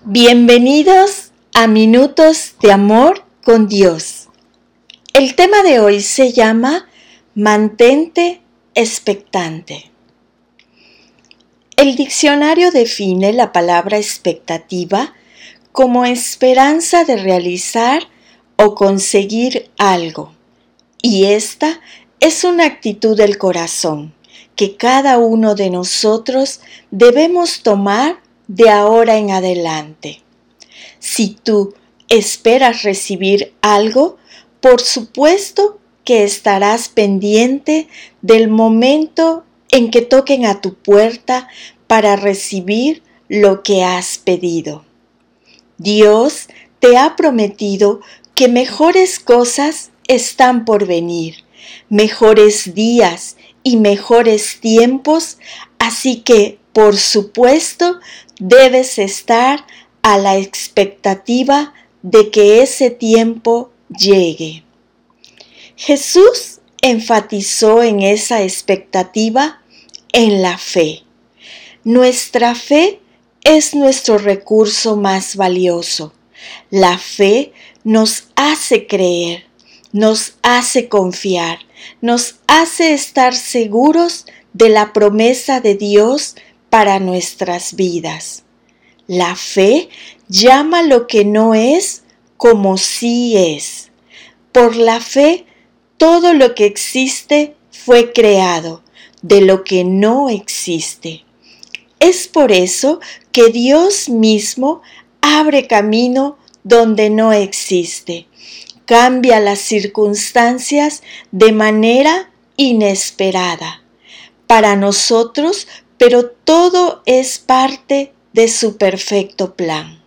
Bienvenidos a Minutos de Amor con Dios. El tema de hoy se llama Mantente expectante. El diccionario define la palabra expectativa como esperanza de realizar o conseguir algo, y esta es una actitud del corazón que cada uno de nosotros debemos tomar de ahora en adelante. Si tú esperas recibir algo, por supuesto que estarás pendiente del momento en que toquen a tu puerta para recibir lo que has pedido. Dios te ha prometido que mejores cosas están por venir, mejores días y mejores tiempos, así que, por supuesto, debes estar a la expectativa de que ese tiempo llegue. Jesús enfatizó en esa expectativa en la fe. Nuestra fe es nuestro recurso más valioso. La fe nos hace creer, nos hace confiar, nos hace estar seguros de la promesa de Dios para nuestras vidas. La fe llama lo que no es como sí es. Por la fe, todo lo que existe fue creado, de lo que no existe. Es por eso que Dios mismo abre camino donde no existe. Cambia las circunstancias de manera inesperada para nosotros, pero todo es parte de su perfecto plan.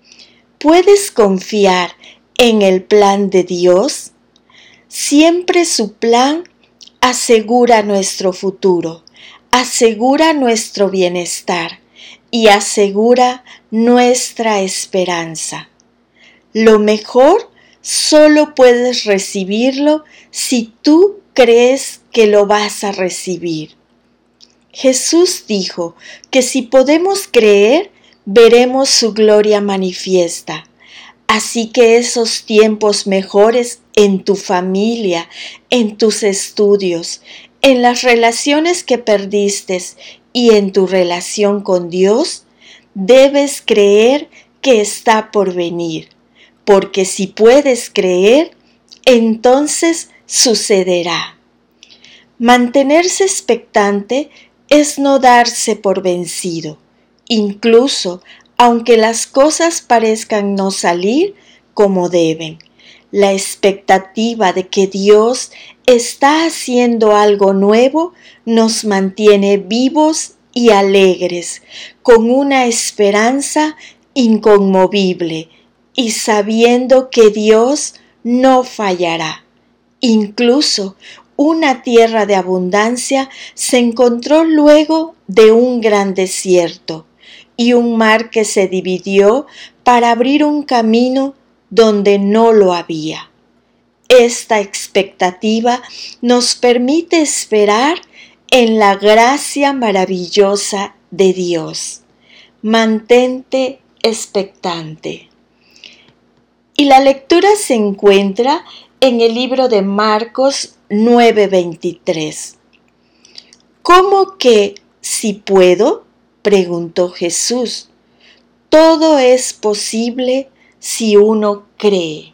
¿Puedes confiar en el plan de Dios? Siempre su plan asegura nuestro futuro, asegura nuestro bienestar y asegura nuestra esperanza. Lo mejor solo puedes recibirlo si tú crees que lo vas a recibir. Jesús dijo que si podemos creer, veremos su gloria manifiesta. Así que esos tiempos mejores en tu familia, en tus estudios, en las relaciones que perdiste y en tu relación con Dios, debes creer que está por venir. Porque si puedes creer, entonces sucederá. Mantenerse expectante es no darse por vencido, incluso aunque las cosas parezcan no salir como deben. La expectativa de que Dios está haciendo algo nuevo nos mantiene vivos y alegres, con una esperanza inconmovible y sabiendo que Dios no fallará. Incluso una tierra de abundancia se encontró luego de un gran desierto y un mar que se dividió para abrir un camino donde no lo había. Esta expectativa nos permite esperar en la gracia maravillosa de Dios. Mantente expectante. Y la lectura se encuentra en el libro de Marcos 9:23. ¿Cómo que si puedo?, preguntó Jesús. Todo es posible si uno cree.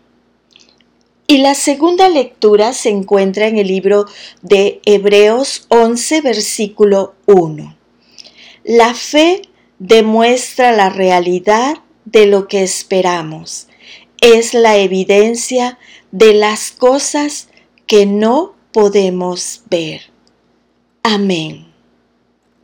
Y la segunda lectura se encuentra en el libro de Hebreos 11, versículo 1. La fe demuestra la realidad de lo que esperamos. Es la evidencia de las cosas que no podemos ver. Amén.